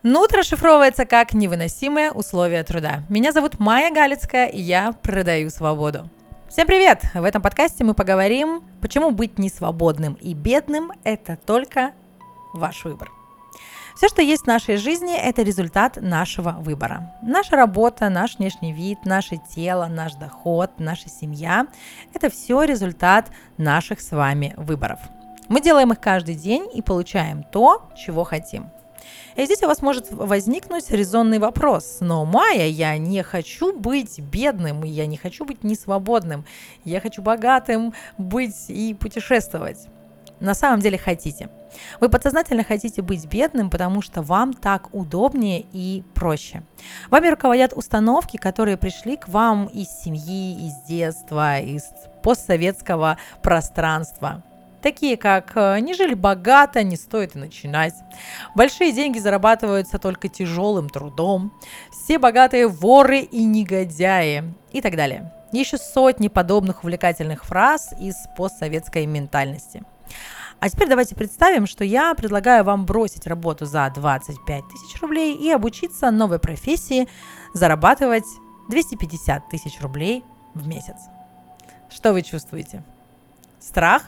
Нут расшифровывается как «невыносимые условия труда». Меня зовут Майя Галицкая, и я продаю свободу. Всем привет! В этом подкасте мы поговорим, почему быть несвободным и бедным – это только ваш выбор. Все, что есть в нашей жизни, это результат нашего выбора. Наша работа, наш внешний вид, наше тело, наш доход, наша семья – это все результат наших с вами выборов. Мы делаем их каждый день и получаем то, чего хотим. И здесь у вас может возникнуть резонный вопрос. Но, Майя, я не хочу быть бедным, и я не хочу быть несвободным. Я хочу богатым быть и путешествовать. На самом деле хотите. Вы подсознательно хотите быть бедным, потому что вам так удобнее и проще. Вами руководят установки, которые пришли к вам из семьи, из детства, из постсоветского пространства. Такие как «не жили богато, не стоит и начинать», «большие деньги зарабатываются только тяжелым трудом», «все богатые воры и негодяи» и так далее. Еще сотни подобных увлекательных фраз из постсоветской ментальности. А теперь давайте представим, что я предлагаю вам бросить работу за 25 тысяч рублей и обучиться новой профессии, зарабатывать 250 тысяч рублей в месяц. Что вы чувствуете? Страх?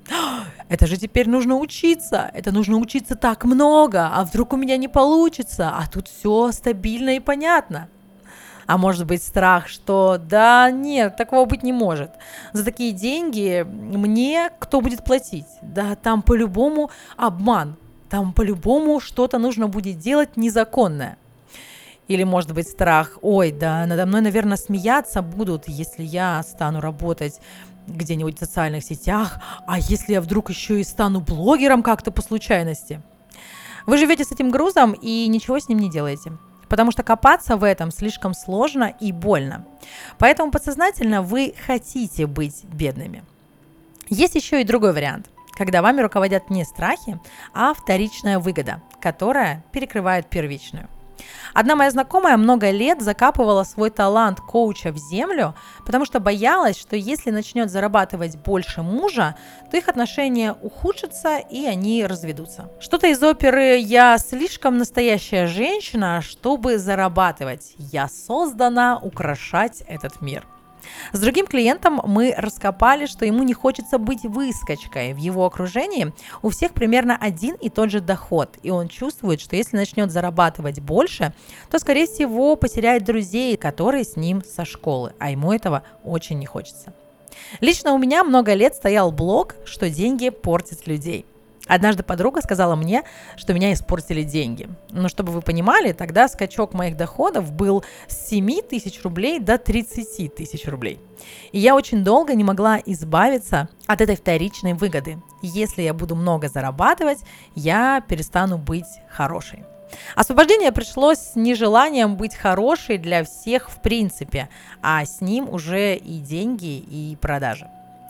Это же теперь нужно учиться, это нужно учиться так много, а вдруг у меня не получится, а тут все стабильно и понятно. А может быть страх, что да нет, такого быть не может. За такие деньги мне кто будет платить? Да там по-любому обман, там по-любому что-то нужно будет делать незаконное. Или может быть страх, ой, да надо мной, наверное, смеяться будут, если я стану работать где-нибудь в социальных сетях, а если я вдруг еще и стану блогером как-то по случайности? Вы живете с этим грузом и ничего с ним не делаете, потому что копаться в этом слишком сложно и больно. Поэтому подсознательно вы хотите быть бедными. Есть еще и другой вариант, когда вами руководят не страхи, а вторичная выгода, которая перекрывает первичную. Одна моя знакомая много лет закапывала свой талант коуча в землю, потому что боялась, что если начнет зарабатывать больше мужа, то их отношения ухудшатся и они разведутся. Что-то из оперы «Я слишком настоящая женщина, чтобы зарабатывать. Я создана украшать этот мир». С другим клиентом мы раскопали, что ему не хочется быть выскочкой. В его окружении у всех примерно один и тот же доход, и он чувствует, что если начнет зарабатывать больше, то, скорее всего, потеряет друзей, которые с ним со школы, а ему этого очень не хочется. Лично у меня много лет стоял блог, что деньги портят людей. Однажды подруга сказала мне, что меня испортили деньги. Но чтобы вы понимали, тогда скачок моих доходов был с 7 тысяч рублей до 30 тысяч рублей. И я очень долго не могла избавиться от этой вторичной выгоды. Если я буду много зарабатывать, я перестану быть хорошей. Освобождение пришло с нежеланием быть хорошей для всех в принципе, а с ним уже и деньги, и продажи.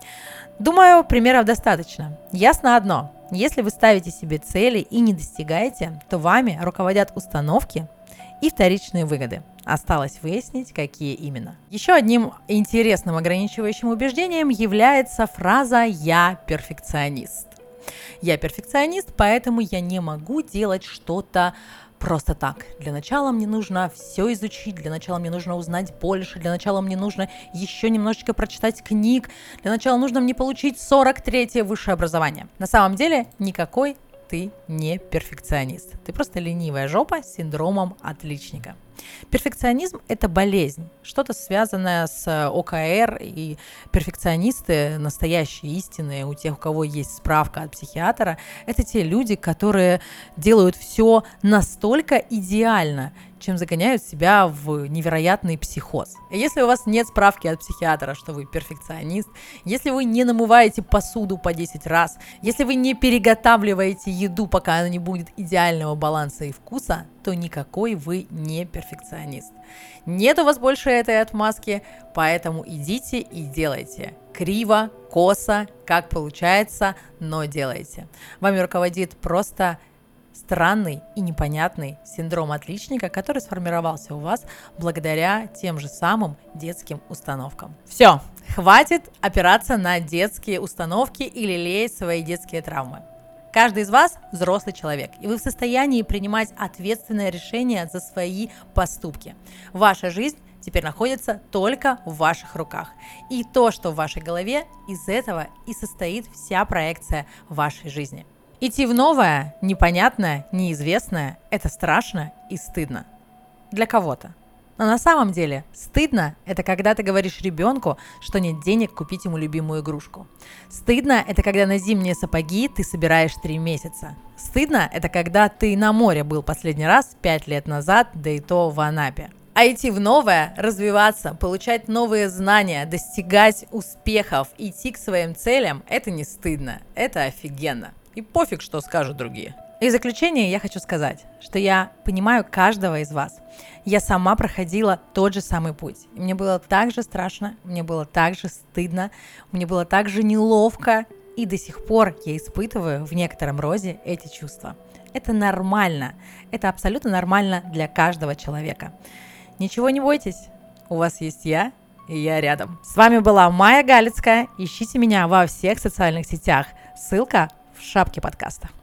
Думаю, примеров достаточно. Ясно одно. Если вы ставите себе цели и не достигаете, то вами руководят установки и вторичные выгоды. Осталось выяснить, какие именно. Еще одним интересным ограничивающим убеждением является фраза «я перфекционист». Я перфекционист, поэтому я не могу делать что-то просто так. Для начала мне нужно все изучить, для начала мне нужно узнать больше, для начала мне нужно еще немножечко прочитать книг, для начала нужно мне получить 43-е высшее образование. На самом деле никакой ты не перфекционист. Ты просто ленивая жопа с синдромом отличника. Перфекционизм – это болезнь, что-то связанное с ОКР, и перфекционисты, настоящие истинные, у тех, у кого есть справка от психиатра, это те люди, которые делают все настолько идеально, чем загоняют себя в невероятный психоз. И если у вас нет справки от психиатра, что вы перфекционист, если вы не намываете посуду по 10 раз, если вы не переготавливаете еду, пока она не будет идеального баланса и вкуса, то никакой вы не перфекционист. Нет у вас больше этой отмазки, поэтому идите и делайте. Криво, косо, как получается, но делайте. Вами руководит просто странный и непонятный синдром отличника, который сформировался у вас благодаря тем же самым детским установкам. Все, хватит опираться на детские установки и лелеять свои детские травмы. Каждый из вас взрослый человек, и вы в состоянии принимать ответственное решение за свои поступки. Ваша жизнь теперь находится только в ваших руках. И то, что в вашей голове, из этого и состоит вся проекция вашей жизни. Идти в новое, непонятное, неизвестное – это страшно и стыдно. Для кого-то. Но на самом деле стыдно – это когда ты говоришь ребенку, что нет денег купить ему любимую игрушку. Стыдно – это когда на зимние сапоги ты собираешь 3 месяца. Стыдно – это когда ты на море был последний раз 5 лет назад, да и то в Анапе. А идти в новое, развиваться, получать новые знания, достигать успехов, идти к своим целям – это не стыдно, это офигенно. И пофиг, что скажут другие. И в заключение я хочу сказать, что я понимаю каждого из вас. Я сама проходила тот же самый путь. И мне было так же страшно, мне было так же стыдно, мне было так же неловко. И до сих пор я испытываю в некотором роде эти чувства. Это нормально. Это абсолютно нормально для каждого человека. Ничего не бойтесь. У вас есть я, и я рядом. С вами была Майя Галицкая. Ищите меня во всех социальных сетях. Ссылка в шапке подкаста.